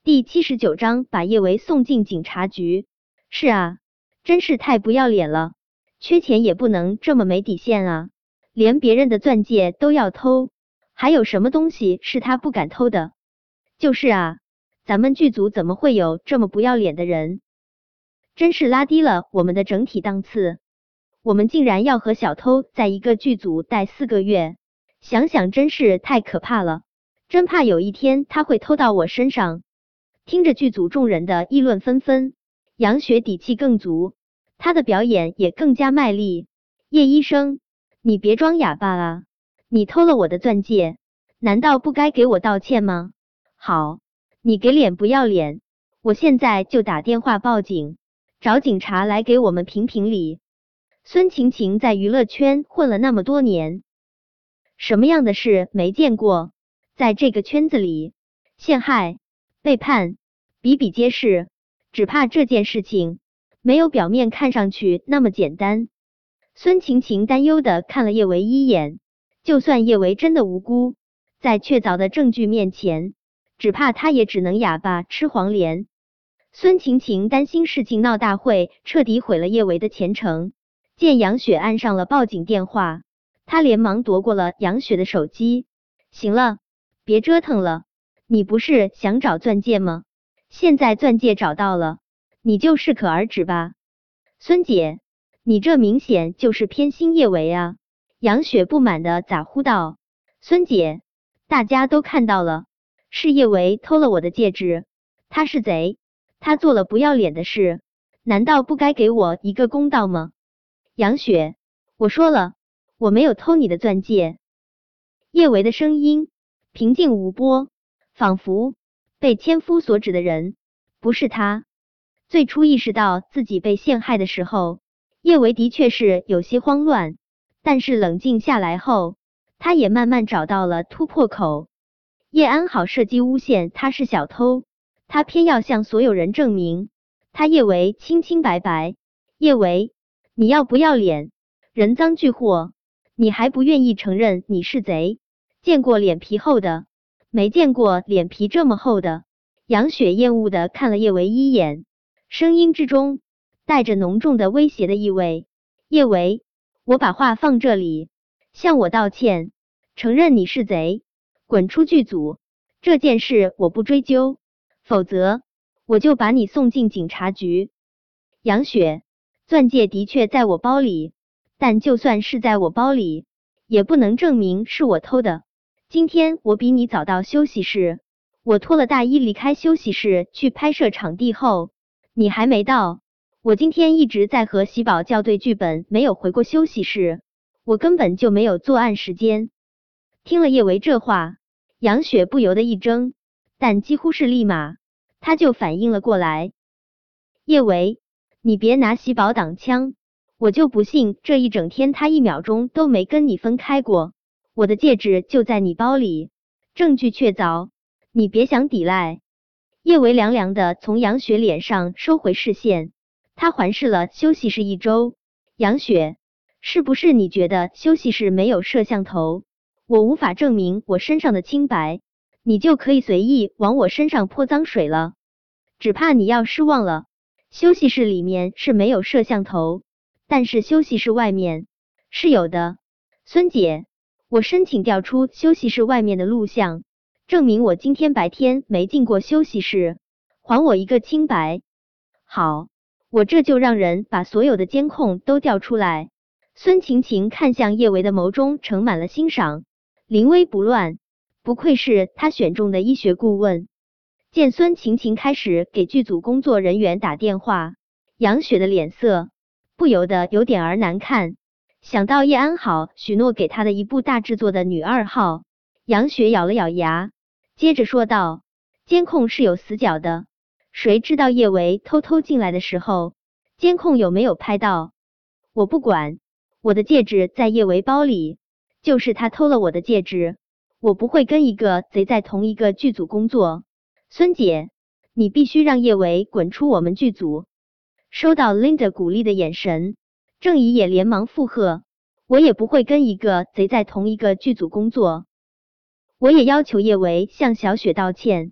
第79章把叶维送进警察局。是啊，真是太不要脸了，缺钱也不能这么没底线啊，连别人的钻戒都要偷，还有什么东西是他不敢偷的？就是啊，咱们剧组怎么会有这么不要脸的人？真是拉低了我们的整体档次，我们竟然要和小偷在一个剧组待4个月，想想真是太可怕了，真怕有一天他会偷到我身上。听着剧组众人的议论纷纷，杨雪底气更足，她的表演也更加卖力。叶医生，你别装哑巴啊，你偷了我的钻戒，难道不该给我道歉吗？好，你给脸不要脸，我现在就打电话报警，找警察来给我们评评理。孙晴晴在娱乐圈混了那么多年，什么样的事没见过？在这个圈子里，陷害、背叛比比皆是，只怕这件事情没有表面看上去那么简单。孙晴晴担忧的看了叶维一眼，就算叶维真的无辜，在确凿的证据面前，只怕他也只能哑巴吃黄连。孙晴晴担心事情闹大会，彻底毁了叶维的前程。见杨雪按上了报警电话，她连忙夺过了杨雪的手机。行了，别折腾了，你不是想找钻戒吗？现在钻戒找到了，你就适可而止吧。孙姐，你这明显就是偏心叶维啊！杨雪不满的咋呼道。孙姐，大家都看到了，是叶维偷了我的戒指，他是贼，他做了不要脸的事，难道不该给我一个公道吗？杨雪，我说了，我没有偷你的钻戒。叶维的声音平静无波，仿佛被千夫所指的人不是他。最初意识到自己被陷害的时候，叶维的确是有些慌乱，但是冷静下来后，他也慢慢找到了突破口。叶安好设计诬陷他是小偷，他偏要向所有人证明他叶维清清白白。叶维，你要不要脸？人赃俱获，你还不愿意承认你是贼？见过脸皮厚的，没见过脸皮这么厚的。杨雪厌恶的看了叶维一眼，声音之中带着浓重的威胁的意味。叶维，我把话放这里，向我道歉，承认你是贼，滚出剧组，这件事我不追究，否则我就把你送进警察局。杨雪，钻戒的确在我包里，但就算是在我包里，也不能证明是我偷的。今天我比你早到休息室，我脱了大衣离开休息室去拍摄场地后，你还没到。我今天一直在和喜宝校对剧本，没有回过休息室，我根本就没有作案时间。听了叶维这话，杨雪不由得一怔，但几乎是立马，她就反应了过来。叶维，你别拿喜宝挡枪，我就不信这一整天他1秒钟都没跟你分开过。我的戒指就在你包里，证据确凿，你别想抵赖。叶维凉凉的从杨雪脸上收回视线，他环视了休息室一周。杨雪，是不是你觉得休息室没有摄像头，我无法证明我身上的清白，你就可以随意往我身上泼脏水了？只怕你要失望了，休息室里面是没有摄像头，但是休息室外面是有的。孙姐，我申请调出休息室外面的录像，证明我今天白天没进过休息室，还我一个清白。好，我这就让人把所有的监控都调出来。孙晴晴看向叶维的眸中盛满了欣赏，临危不乱，不愧是他选中的医学顾问。见孙晴晴开始给剧组工作人员打电话，杨雪的脸色不由得有点儿难看。想到叶安好许诺给他的一部大制作的女2号，杨雪咬了咬牙，接着说道：监控是有死角的，谁知道叶维偷偷进来的时候，监控有没有拍到？我不管，我的戒指在叶维包里，就是他偷了我的戒指，我不会跟一个贼在同一个剧组工作。孙姐，你必须让叶维滚出我们剧组。收到 Linda 鼓励的眼神，郑怡也连忙附和，我也不会跟一个贼在同一个剧组工作。我也要求叶维向小雪道歉，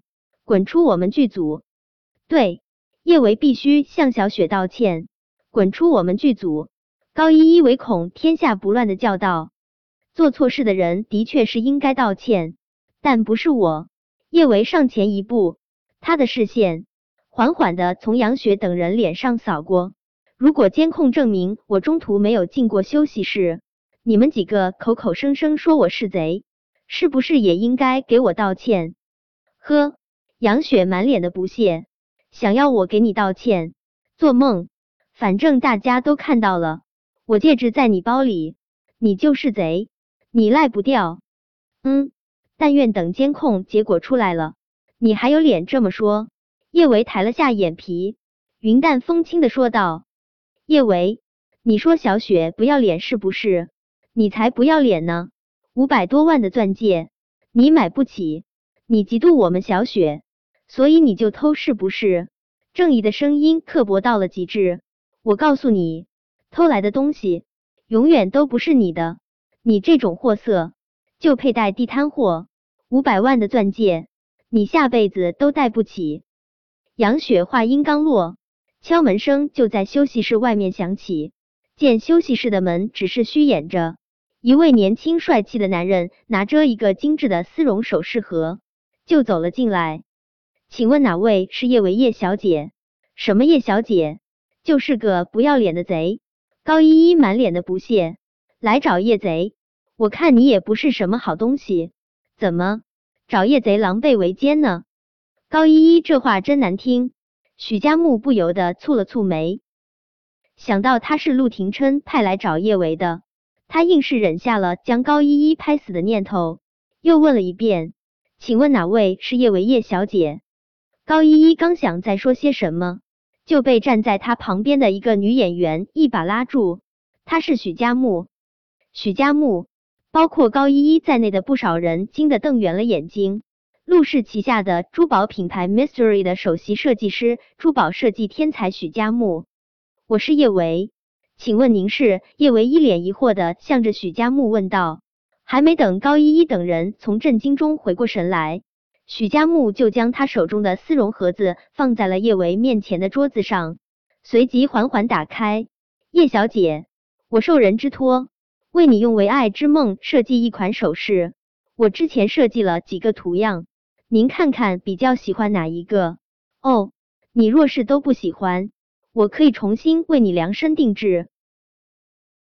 滚出我们剧组！对，叶维必须向小雪道歉，滚出我们剧组！高依依唯恐天下不乱的叫道。做错事的人的确是应该道歉，但不是我。叶维上前一步，他的视线缓缓地从杨雪等人脸上扫过。如果监控证明我中途没有进过休息室，你们几个口口声声说我是贼，是不是也应该给我道歉？呵，杨雪满脸的不屑，想要我给你道歉？做梦！反正大家都看到了，我戒指在你包里，你就是贼，你赖不掉。但愿等监控结果出来了，你还有脸这么说？叶维抬了下眼皮，云淡风轻的说道。叶维，你说小雪不要脸是不是？你才不要脸呢！500多万的钻戒，你买不起，你嫉妒我们小雪，所以你就偷是不是？正义的声音刻薄到了极致。我告诉你，偷来的东西永远都不是你的，你这种货色就配戴地摊货，500万的钻戒，你下辈子都戴不起。杨雪话音刚落，敲门声就在休息室外面响起。见休息室的门只是虚掩着，一位年轻帅气的男人拿着一个精致的丝绒首饰盒就走了进来。请问哪位是叶维叶小姐？什么叶小姐？就是个不要脸的贼。高依依满脸的不屑，来找叶贼？我看你也不是什么好东西，怎么找叶贼狼狈为奸呢？高依依这话真难听。许家木不由得蹙了蹙眉，想到他是陆廷琛派来找叶维的，他硬是忍下了将高依依拍死的念头，又问了一遍，请问哪位是叶维叶小姐？高依依刚想再说些什么，就被站在他旁边的一个女演员一把拉住。她是许家木。许家木，包括高依依在内的不少人惊得瞪圆了眼睛。陆氏旗下的珠宝品牌 Mystery 的首席设计师，珠宝设计天才许家木。我是叶维，请问您是？叶维一脸疑惑的向着许家木问道。还没等高依依等人从震惊中回过神来，许家木就将他手中的丝绒盒子放在了叶维面前的桌子上，随即缓缓打开。叶小姐，我受人之托，为你用唯爱之梦设计一款首饰，我之前设计了几个图样，您看看比较喜欢哪一个？哦，你若是都不喜欢，我可以重新为你量身定制。